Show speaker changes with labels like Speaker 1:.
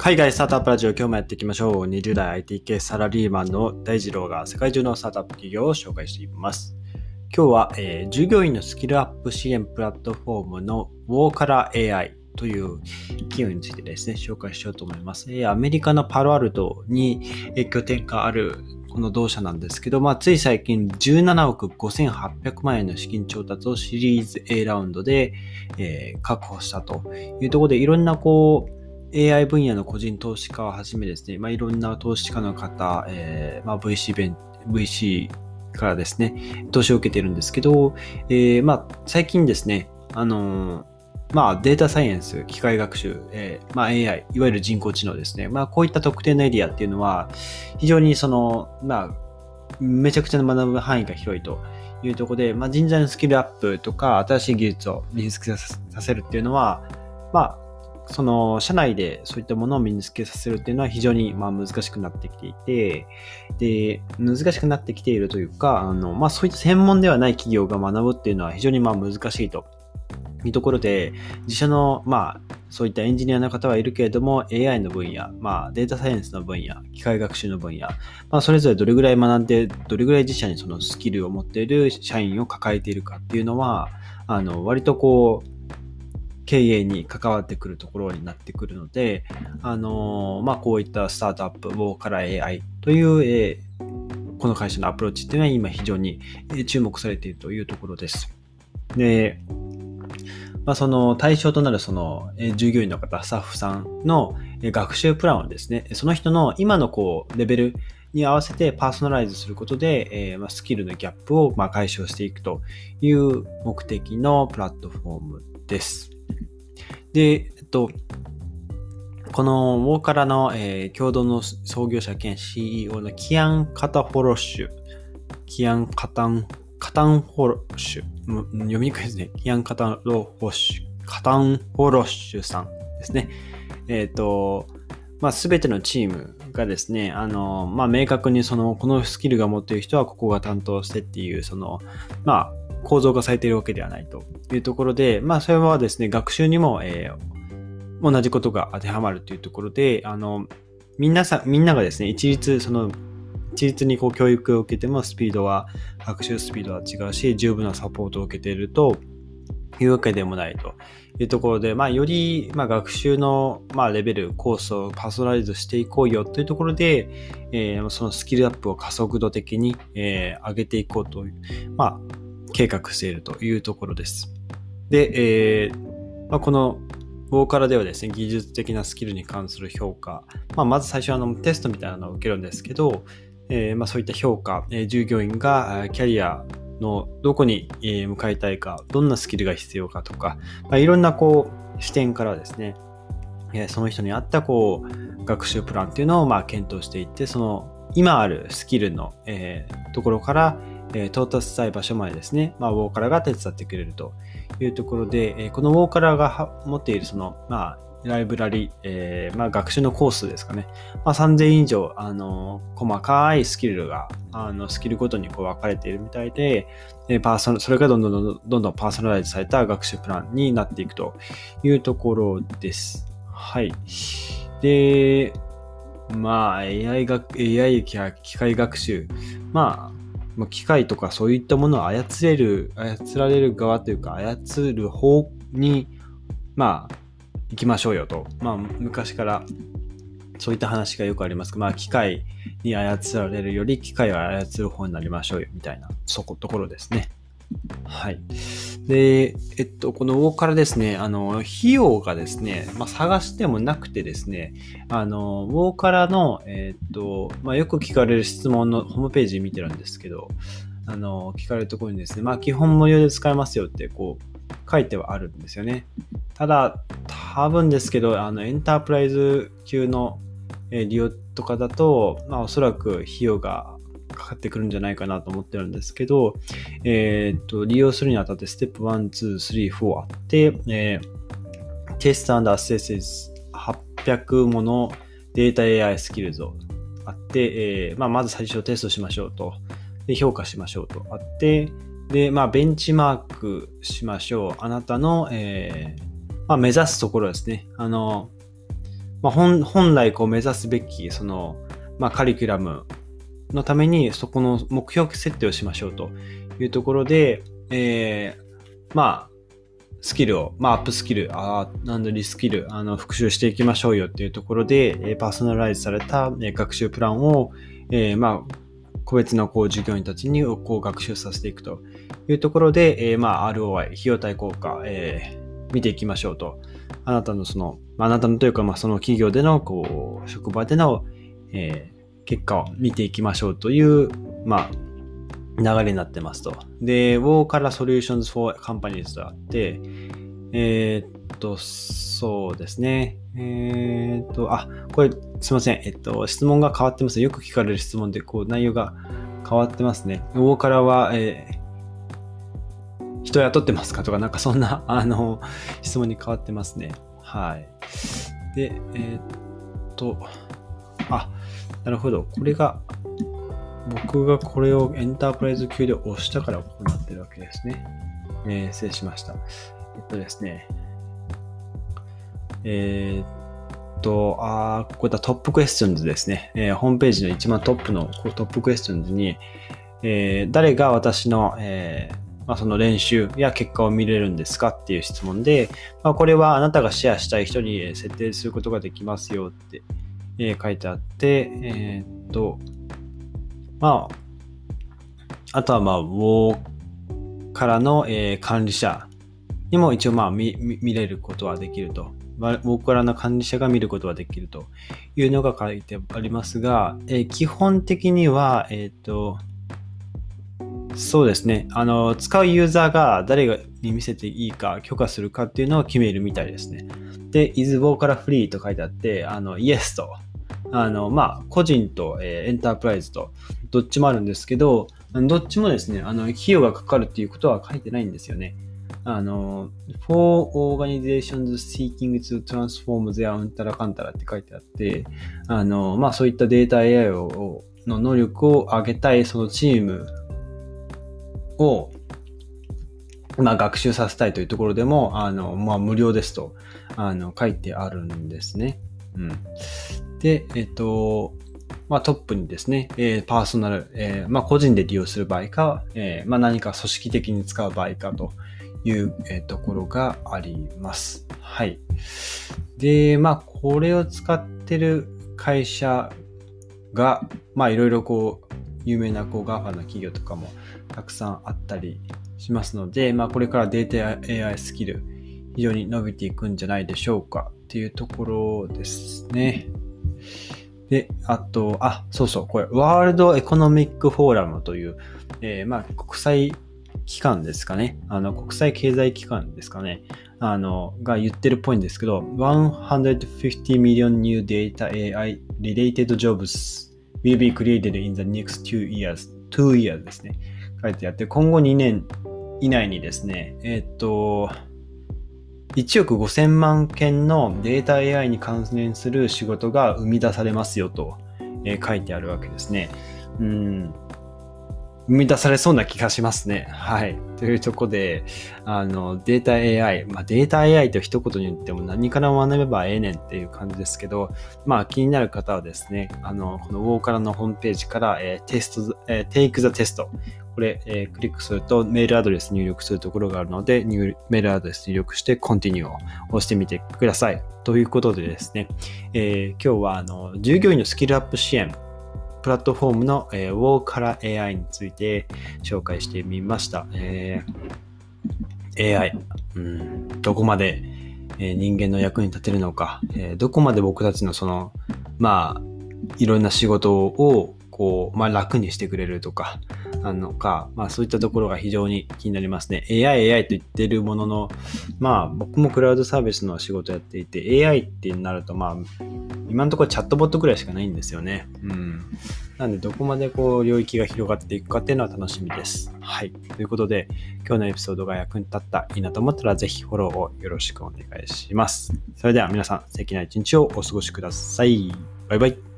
Speaker 1: 海外スタートアップラジオ、今日もやっていきましょう。20代 IT 系サラリーマンの大二郎が世界中のスタートアップ企業を紹介しています。今日は、従業員のスキルアップ支援プラットフォームの WOKARA.AI という企業についてですね、紹介しようと思います。アメリカのパロアルトに拠点があるこの同社なんですけど、つい最近17億5800万円の資金調達をシリーズ A ラウンドで、確保したというところで、いろんなAI 分野の個人投資家をはじめですね、いろんな投資家の方、VC からですね、投資を受けているんですけど、最近ですね、データサイエンス、機械学習、AI、いわゆる人工知能ですね。こういった特定のエリアっていうのは、非常にめちゃくちゃ学ぶ範囲が広いというところで、人材のスキルアップとか、新しい技術を身につけさせるっていうのは、その社内でそういったものを身につけさせるっていうのは非常に難しくなってきていて、で、難しくなってきているというか、そういった専門ではない企業が学ぶっていうのは非常に難しいというところで、自社のそういったエンジニアの方はいるけれども、AI の分野、データサイエンスの分野、機械学習の分野、それぞれどれぐらい学んで、どれぐらい自社にそのスキルを持っている社員を抱えているかっていうのは、割と経営に関わってくるところになってくるので、こういったスタートアップ、WOKARA.AI という、この会社のアプローチっていうのは今非常に注目されているというところです。で、その対象となるその従業員の方、スタッフさんの学習プランをですね、その人の今のレベルに合わせてパーソナライズすることで、スキルのギャップを解消していくという目的のプラットフォームです。で、このウォーカラの、共同の創業者兼 CEO のキアン・カタンホロッシュ読みにくいですね。キアン・カタンホロッシュさんですね。すべてのチームがですね、明確にこのスキルが持っている人はここが担当してっていう、構造がされているわけではないというところで、それはですね、学習にも、同じことが当てはまるというところで、みんながですね、一律に教育を受けても学習スピードは違うし、十分なサポートを受けているというわけでもないというところで、より、学習の、レベル、コースをパーソナライズしていこうよというところで、そのスキルアップを加速度的に、上げていこうという、計画しているというところです。で、このWOKARAではですね、技術的なスキルに関する評価、まず最初テストみたいなのを受けるんですけど、そういった評価、従業員がキャリアのどこに向かいたいか、どんなスキルが必要かとか、いろんな視点からですね、その人に合った学習プランっていうのを検討していって、その今あるスキルのところから到達したい場所までですね、WOKARAが手伝ってくれるというところで、このWOKARAが持っているそのライブラリ、学習のコースですかね。3000以上、細かいスキルが、スキルごとに分かれているみたいで、それがどんどんパーソナライズされた学習プランになっていくというところです。はい。で、AI や機械学習、機械とかそういったものを操られる側というか、操る方に、行きましょうよと。昔からそういった話がよくありますが、機械に操られるより機械を操る方になりましょうよみたいな、ところですね。はい。で、このWOKARAですね、費用がですね、探してもなくてですね、WOKARAの、よく聞かれる質問のホームページ見てるんですけど、聞かれるところにですね、基本無料で使えますよって書いてはあるんですよね。ただ、多分ですけど、エンタープライズ級の利用とかだと、おそらく費用がかかってくるんじゃないかなと思ってるんですけど、利用するにあたってステップ1、2、3、4あって、テスト&アセス800ものデータ AI スキルズあって、まず最初テストしましょうと。で、評価しましょうとあって、で、ベンチマークしましょう。あなたの、目指すところですね。 本来目指すべき、カリキュラムのために、そこの目標設定をしましょうというところで、スキルを、アップスキル、リスキル、復習していきましょうよっていうところで、パーソナライズされた学習プランを、個別の従業員たちに学習させていくというところで、ROI、費用対効果、見ていきましょうと。あなたのというか、その企業での、職場での、結果を見ていきましょうという、流れになってますと。で、Wokara Solutions for Companies とあって、そうですね。これ、すいません。質問が変わってます。よく聞かれる質問で、内容が変わってますね。Wokaraは、人雇ってますかとか、そんな、質問に変わってますね。はい。で、なるほど。これが、僕がこれをエンタープライズ級で押したからこうなってるわけですね。失礼しました。ですね。ここだトップクエスチョンズですね。ホームページの一番トップのトップクエスチョンズに、誰が私の、その練習や結果を見れるんですかっていう質問で、これはあなたがシェアしたい人に設定することができますよって、書いてあって、あとはWOからの、管理者にも一応見れることはできると。WOからの管理者が見ることはできるというのが書いてありますが、基本的には、そうですね。使うユーザーが誰に見せていいか許可するかっていうのを決めるみたいですね。で、is WOからフリーと書いてあって、Yes と。個人と、エンタープライズとどっちもあるんですけど、どっちもですね、費用がかかるっていうことは書いてないんですよね。for organizations seeking to transform their うんたらかんたらって書いてあって、そういったデータ AI の能力を上げたいそのチームを、学習させたいというところでも、無料ですと、書いてあるんですね。うん。で、トップにですね、パーソナル、個人で利用する場合か、何か組織的に使う場合かという、ところがあります。はい。で、これを使ってる会社が、いろいろ有名なGAFA の企業とかもたくさんあったりしますので、これからデータ AI スキル非常に伸びていくんじゃないでしょうかっていうところですね。で、あと、これ、ワールドエコノミックフォーラムという、国際機関ですかね。国際経済機関ですかね。が言ってるっぽいんですけど、150 million new data AI related jobs will be created in the next 2 years ですね。書いてあって、今後2年以内にですね、1億5000万件のデータ AI に関連する仕事が生み出されますよと、書いてあるわけですね。生み出されそうな気がしますね。はい。というところで、データ AI、データ AI と一言に言っても何から学べばええねんっていう感じですけど、気になる方はですね、この WO からのホームページから、Take the Test。これ、クリックするとメールアドレス入力するところがあるので、メールアドレス入力して Continue を押してみてください。ということでですね、今日は従業員のスキルアップ支援、プラットフォームの、WO から AI について紹介してみました。AI、どこまで、人間の役に立てるのか、どこまで僕たちのいろんな仕事を楽にしてくれるとか、そういったところが非常に気になりますね。AI と言ってるものの、僕もクラウドサービスの仕事やっていて、AI ってなると、今のところチャットボットくらいしかないんですよね。なんで、どこまで領域が広がっていくかっていうのは楽しみです。はい。ということで、今日のエピソードが役に立った、いいなと思ったら、ぜひフォローをよろしくお願いします。それでは皆さん、素敵な一日をお過ごしください。バイバイ。